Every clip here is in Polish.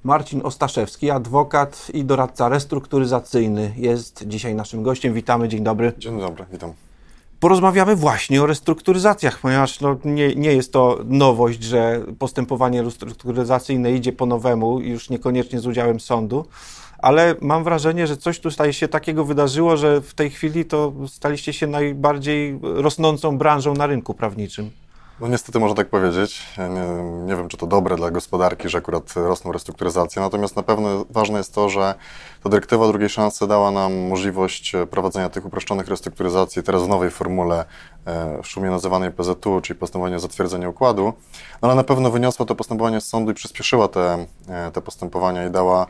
Marcin Ostaszewski, adwokat i doradca restrukturyzacyjny, jest dzisiaj naszym gościem. Witamy, dzień dobry. Dzień dobry, witam. Porozmawiamy właśnie o restrukturyzacjach, ponieważ nie jest to nowość, że postępowanie restrukturyzacyjne idzie po nowemu, już niekoniecznie z udziałem sądu, ale mam wrażenie, że coś tutaj się takiego wydarzyło, że w tej chwili to staliście się najbardziej rosnącą branżą na rynku prawniczym. No niestety można tak powiedzieć. Nie wiem, czy to dobre dla gospodarki, że akurat rosną restrukturyzacje, natomiast na pewno ważne jest to, że ta dyrektywa drugiej szansy dała nam możliwość prowadzenia tych uproszczonych restrukturyzacji teraz w nowej formule, w szumie nazywanej PZU, czyli postępowanie o zatwierdzenie układu, no ale na pewno wyniosła to postępowanie z sądu i przyspieszyła te postępowania i dała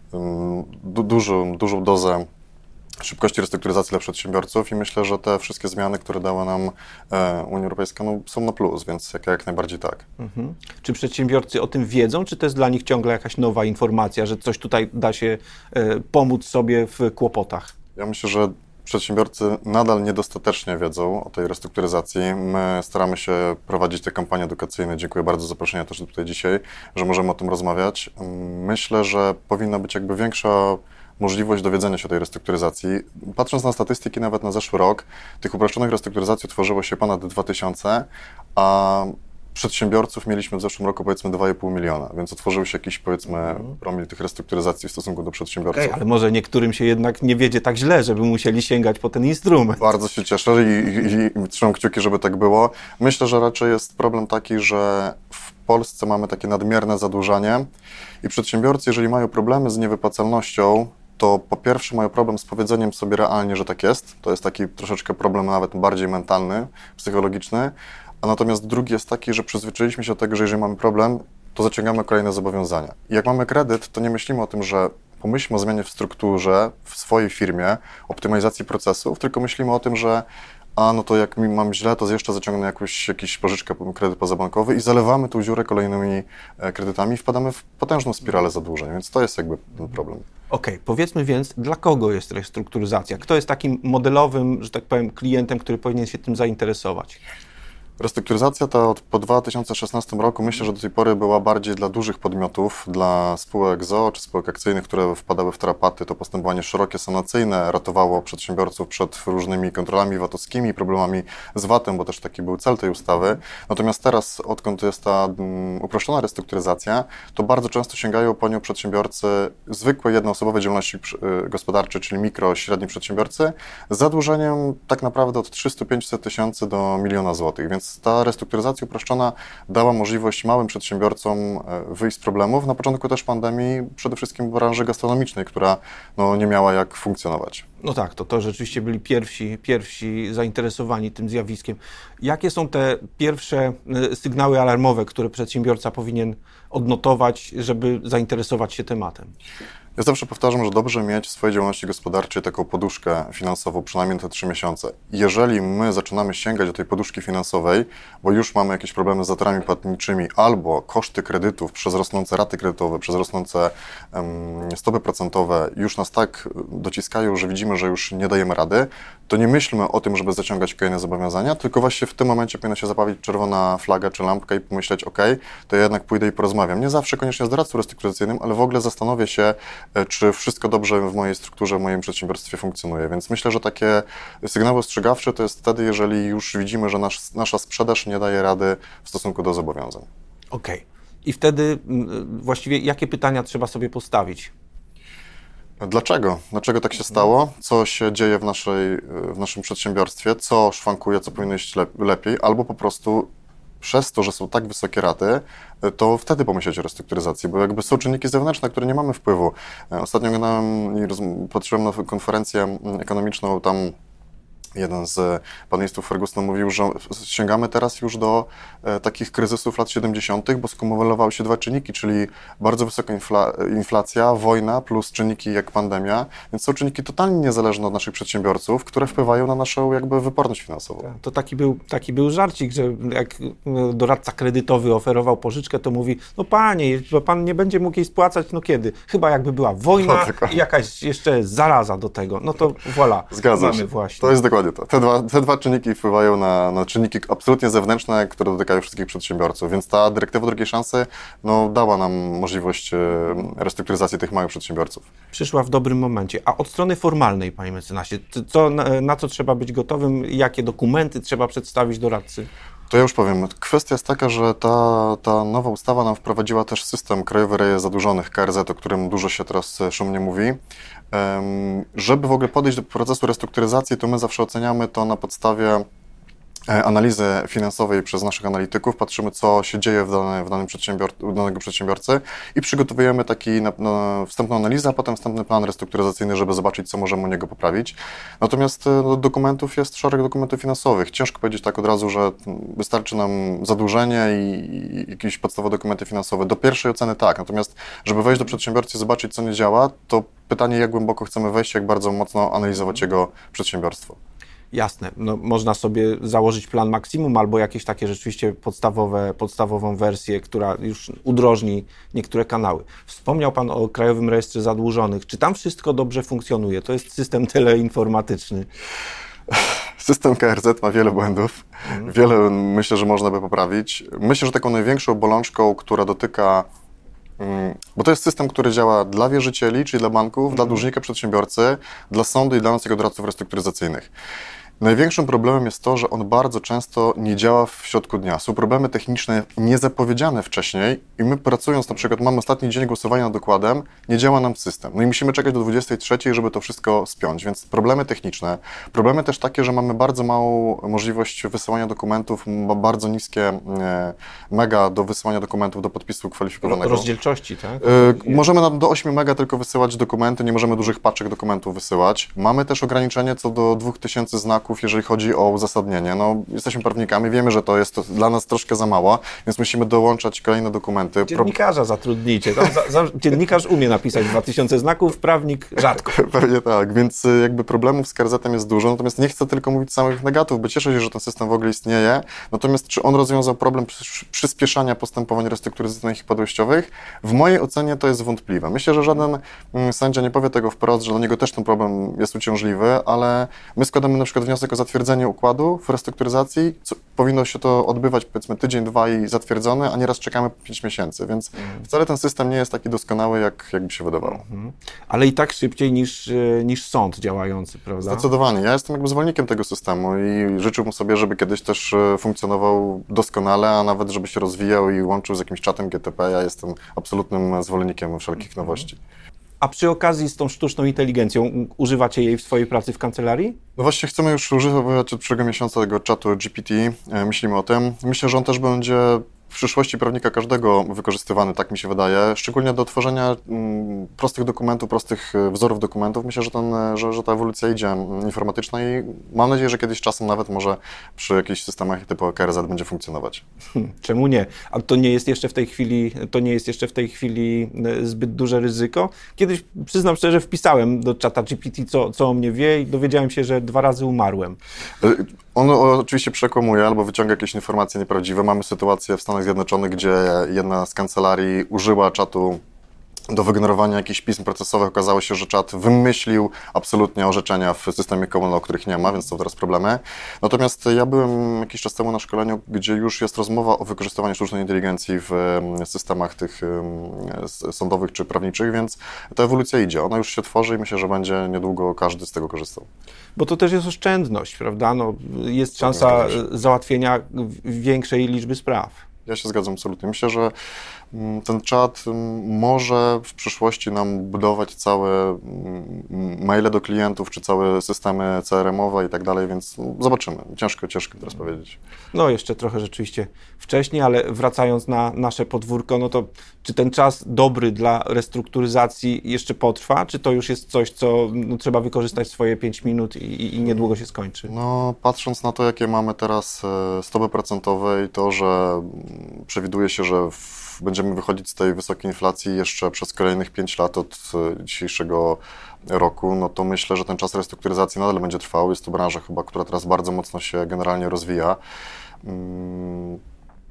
dużą dozę szybkości restrukturyzacji dla przedsiębiorców i myślę, że te wszystkie zmiany, które dała nam Unia Europejska, są na plus, więc jak najbardziej tak. Mhm. Czy przedsiębiorcy o tym wiedzą, czy to jest dla nich ciągle jakaś nowa informacja, że coś tutaj da się pomóc sobie w kłopotach? Ja myślę, że przedsiębiorcy nadal niedostatecznie wiedzą o tej restrukturyzacji. My staramy się prowadzić te kampanie edukacyjne. Dziękuję bardzo za zaproszenie też tutaj dzisiaj, że możemy o tym rozmawiać. Myślę, że powinna być jakby większa możliwość dowiedzenia się o tej restrukturyzacji. Patrząc na statystyki nawet na zeszły rok, tych uproszczonych restrukturyzacji utworzyło się ponad 2000, a przedsiębiorców mieliśmy w zeszłym roku powiedzmy 2,5 miliona, więc otworzył się jakiś powiedzmy promil tych restrukturyzacji w stosunku do przedsiębiorców. Okay, ale może niektórym się jednak nie wiedzie tak źle, żeby musieli sięgać po ten instrument. Bardzo się cieszę i trzymam kciuki, żeby tak było. Myślę, że raczej jest problem taki, że w Polsce mamy takie nadmierne zadłużanie i przedsiębiorcy, jeżeli mają problemy z niewypłacalnością, to po pierwsze mają problem z powiedzeniem sobie realnie, że tak jest. To jest taki troszeczkę problem nawet bardziej mentalny, psychologiczny. A natomiast drugi jest taki, że przyzwyczailiśmy się do tego, że jeżeli mamy problem, to zaciągamy kolejne zobowiązania. I jak mamy kredyt, to nie myślimy o tym, że pomyślmy o zmianie w strukturze, w swojej firmie, optymalizacji procesów, tylko myślimy o tym, że no to jak mam źle, to jeszcze zaciągnę jakiś pożyczkę, kredyt pozabankowy i zalewamy tą dziurę kolejnymi kredytami i wpadamy w potężną spiralę zadłużeń, więc to jest jakby ten problem. Okej, powiedzmy więc, dla kogo jest restrukturyzacja? Kto jest takim modelowym, że tak powiem, klientem, który powinien się tym zainteresować? Restrukturyzacja ta po 2016 roku myślę, że do tej pory była bardziej dla dużych podmiotów, dla spółek z.o.o. czy spółek akcyjnych, które wpadały w tarapaty. To postępowanie szerokie, sanacyjne ratowało przedsiębiorców przed różnymi kontrolami VAT-owskimi, problemami z VAT-em, bo też taki był cel tej ustawy. Natomiast teraz, odkąd jest ta uproszczona restrukturyzacja, to bardzo często sięgają po nią przedsiębiorcy zwykłej jednoosobowej działalności gospodarczej, czyli mikro, średni przedsiębiorcy, z zadłużeniem tak naprawdę od 300-500 tysięcy do 1 000 000 złotych. Więc ta restrukturyzacja uproszczona dała możliwość małym przedsiębiorcom wyjść z problemów. Na początku też pandemii, przede wszystkim w branży gastronomicznej, która nie miała jak funkcjonować. No tak, to rzeczywiście byli pierwsi zainteresowani tym zjawiskiem. Jakie są te pierwsze sygnały alarmowe, które przedsiębiorca powinien odnotować, żeby zainteresować się tematem? Ja zawsze powtarzam, że dobrze mieć w swojej działalności gospodarczej taką poduszkę finansową, przynajmniej te 3 miesiące. Jeżeli my zaczynamy sięgać do tej poduszki finansowej, bo już mamy jakieś problemy z zatorami płatniczymi albo koszty kredytów przez rosnące raty kredytowe, przez rosnące stopy procentowe już nas tak dociskają, że widzimy, że już nie dajemy rady, to nie myślmy o tym, żeby zaciągać kolejne zobowiązania, tylko właśnie w tym momencie powinna się zapalić czerwona flaga czy lampka i pomyśleć, to ja jednak pójdę i porozmawiam. Nie zawsze koniecznie z doradcą restrukturyzacyjnym, ale w ogóle zastanowię się, czy wszystko dobrze w mojej strukturze, w moim przedsiębiorstwie funkcjonuje. Więc myślę, że takie sygnały ostrzegawcze to jest wtedy, jeżeli już widzimy, że nasza sprzedaż nie daje rady w stosunku do zobowiązań. Okej. I wtedy właściwie jakie pytania trzeba sobie postawić? Dlaczego? Dlaczego tak się stało? Co się dzieje w naszym przedsiębiorstwie? Co szwankuje, co powinno iść lepiej? Albo po prostu przez to, że są tak wysokie raty, to wtedy pomyśleć o restrukturyzacji, bo jakby są czynniki zewnętrzne, na które nie mamy wpływu. Ostatnio oglądałem i patrzyłem na konferencję ekonomiczną, tam jeden z panelistów Ferguson mówił, że sięgamy teraz już do takich kryzysów lat 70., bo skumulowały się 2 czynniki, czyli bardzo wysoka inflacja, wojna plus czynniki jak pandemia, więc są czynniki totalnie niezależne od naszych przedsiębiorców, które wpływają na naszą jakby wyporność finansową. To taki był żarcik, że jak doradca kredytowy oferował pożyczkę, to mówi, panie, pan nie będzie mógł jej spłacać, kiedy? Chyba jakby była wojna i jakaś jeszcze zaraza do tego. To voilà. Zgadza się. Właśnie. To jest dokładnie dokładnie to. Te dwa czynniki wpływają na czynniki absolutnie zewnętrzne, które dotykają wszystkich przedsiębiorców, więc ta dyrektywa drugiej szansy dała nam możliwość restrukturyzacji tych małych przedsiębiorców. Przyszła w dobrym momencie. A od strony formalnej, panie mecenasie, na co trzeba być gotowym, jakie dokumenty trzeba przedstawić doradcy? To ja już powiem. Kwestia jest taka, że ta nowa ustawa nam wprowadziła też system Krajowy Rejestr Zadłużonych, KRZ, o którym dużo się teraz szumnie mówi. Żeby w ogóle podejść do procesu restrukturyzacji, to my zawsze oceniamy to na podstawie analizy finansowej przez naszych analityków, patrzymy, co się dzieje w danego przedsiębiorcy i przygotowujemy taki wstępną analizę, a potem wstępny plan restrukturyzacyjny, żeby zobaczyć, co możemy u niego poprawić. Natomiast dokumentów jest szereg dokumentów finansowych. Ciężko powiedzieć tak od razu, że wystarczy nam zadłużenie i jakieś podstawowe dokumenty finansowe. Do pierwszej oceny tak, natomiast żeby wejść do przedsiębiorcy i zobaczyć, co nie działa, to pytanie, jak głęboko chcemy wejść, jak bardzo mocno analizować jego przedsiębiorstwo. Jasne, można sobie założyć plan maksimum albo jakieś takie rzeczywiście podstawową wersję, która już udrożni niektóre kanały. Wspomniał Pan o Krajowym Rejestrze Zadłużonych. Czy tam wszystko dobrze funkcjonuje? To jest system teleinformatyczny. System KRZ ma wiele błędów. Wiele myślę, że można by poprawić. Myślę, że taką największą bolączką, która dotyka... Bo to jest system, który działa dla wierzycieli, czyli dla banków, dla dłużnika, przedsiębiorcy, dla sądu i dla nas jako doradców restrukturyzacyjnych. Największym problemem jest to, że on bardzo często nie działa w środku dnia. Są problemy techniczne niezapowiedziane wcześniej i my pracując, na przykład mamy ostatni dzień głosowania nad dokładem, nie działa nam system. No i musimy czekać do 23, żeby to wszystko spiąć, więc problemy techniczne. Problemy też takie, że mamy bardzo małą możliwość wysyłania dokumentów, bardzo niskie mega do wysyłania dokumentów do podpisu kwalifikowanego. Rozdzielczości, tak? Możemy do 8 mega tylko wysyłać dokumenty, nie możemy dużych paczek dokumentów wysyłać. Mamy też ograniczenie co do 2000 znaków, jeżeli chodzi o uzasadnienie. Jesteśmy prawnikami, wiemy, że to jest dla nas troszkę za mało, więc musimy dołączać kolejne dokumenty. Dziennikarza zatrudnijcie. Dziennikarz umie napisać 2000 znaków, prawnik rzadko. Pewnie tak, więc jakby problemów z KRZ-em jest dużo, natomiast nie chcę tylko mówić samych negatów, bo cieszę się, że ten system w ogóle istnieje. Natomiast czy on rozwiązał problem przyspieszania postępowań restrukturyzacyjnych i upadłościowych? W mojej ocenie to jest wątpliwe. Myślę, że żaden sędzia nie powie tego wprost, że dla niego też ten problem jest uciążliwy, ale my składamy na przykład wniosek o zatwierdzenie układu w restrukturyzacji, powinno się to odbywać powiedzmy tydzień, dwa i zatwierdzony, a nieraz czekamy 5 miesięcy, więc wcale ten system nie jest taki doskonały, jakby się wydawało. Ale i tak szybciej niż sąd działający, prawda? Zdecydowanie. Ja jestem jakby zwolennikiem tego systemu i życzyłbym sobie, żeby kiedyś też funkcjonował doskonale, a nawet żeby się rozwijał i łączył z jakimś czatem GTP. Ja jestem absolutnym zwolennikiem wszelkich nowości. A przy okazji z tą sztuczną inteligencją używacie jej w swojej pracy w kancelarii? No właśnie chcemy już używać od przyszłego miesiąca tego czatu GPT. Myślimy o tym. Myślę, że on też będzie w przyszłości prawnika każdego wykorzystywany, tak mi się wydaje, szczególnie do tworzenia prostych dokumentów, prostych wzorów dokumentów. Myślę, że ta ewolucja idzie informatyczna i mam nadzieję, że kiedyś czasem nawet może przy jakichś systemach typu KRZ będzie funkcjonować. Czemu nie? A to nie jest jeszcze w tej chwili zbyt duże ryzyko? Kiedyś, przyznam szczerze, wpisałem do czata GPT, co o mnie wie i dowiedziałem się, że 2 razy umarłem. On oczywiście przekłamuje albo wyciąga jakieś informacje nieprawdziwe. Mamy sytuację w Stanach Zjednoczonych, gdzie jedna z kancelarii użyła czatu do wygenerowania jakichś pism procesowych. Okazało się, że czat wymyślił absolutnie orzeczenia w systemie common law, których nie ma, więc są teraz problemy. Natomiast ja byłem jakiś czas temu na szkoleniu, gdzie już jest rozmowa o wykorzystywaniu sztucznej inteligencji w systemach tych sądowych czy prawniczych, więc ta ewolucja idzie. Ona już się tworzy i myślę, że będzie niedługo każdy z tego korzystał. Bo to też jest oszczędność, prawda? Jest szansa załatwienia większej liczby spraw. Ja się zgadzam absolutnie. Myślę, że ten czat może w przyszłości nam budować całe maile do klientów, czy całe systemy CRM-owe i tak dalej, więc zobaczymy. Ciężko teraz powiedzieć. Jeszcze trochę rzeczywiście wcześniej, ale wracając na nasze podwórko, to czy ten czas dobry dla restrukturyzacji jeszcze potrwa, czy to już jest coś, co trzeba wykorzystać swoje 5 minut i niedługo się skończy? Patrząc na to, jakie mamy teraz stopy procentowe i to, że przewiduje się, że będziemy wychodzić z tej wysokiej inflacji jeszcze przez kolejnych 5 lat od dzisiejszego roku, to myślę, że ten czas restrukturyzacji nadal będzie trwał. Jest to branża chyba, która teraz bardzo mocno się generalnie rozwija.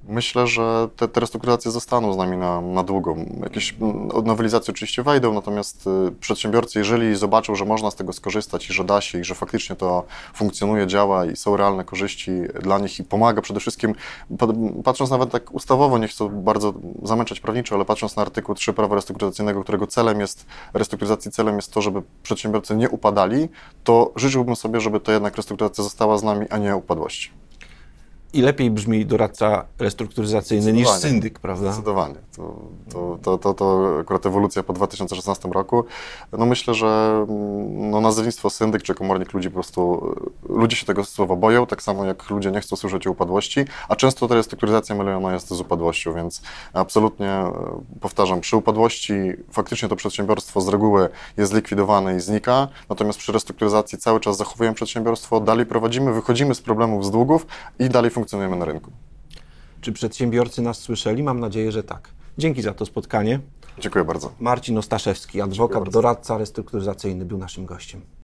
Myślę, że te restrukturyzacje zostaną z nami na długo. Jakieś nowelizacje oczywiście wejdą, natomiast przedsiębiorcy, jeżeli zobaczą, że można z tego skorzystać i że da się i że faktycznie to funkcjonuje, działa i są realne korzyści dla nich i pomaga przede wszystkim, patrząc nawet tak ustawowo, nie chcę bardzo zamęczać prawniczo, ale patrząc na artykuł 3 prawa restrukturyzacyjnego, którego restrukturyzacji celem jest to, żeby przedsiębiorcy nie upadali, to życzyłbym sobie, żeby to jednak restrukturyzacja została z nami, a nie upadłości. I lepiej brzmi doradca restrukturyzacyjny niż syndyk, prawda? Zdecydowanie. To akurat ewolucja po 2016 roku. No myślę, że nazewnictwo syndyk czy komornik ludzi po prostu, ludzie się tego słowa boją, tak samo jak ludzie nie chcą słyszeć o upadłości, a często ta restrukturyzacja mylona jest z upadłością, więc absolutnie powtarzam, przy upadłości faktycznie to przedsiębiorstwo z reguły jest likwidowane i znika, natomiast przy restrukturyzacji cały czas zachowujemy przedsiębiorstwo, dalej prowadzimy, wychodzimy z problemów, z długów i dalej funkcjonujemy na rynku. Czy przedsiębiorcy nas słyszeli? Mam nadzieję, że tak. Dzięki za to spotkanie. Dziękuję bardzo. Marcin Ostaszewski, adwokat, doradca restrukturyzacyjny, był naszym gościem.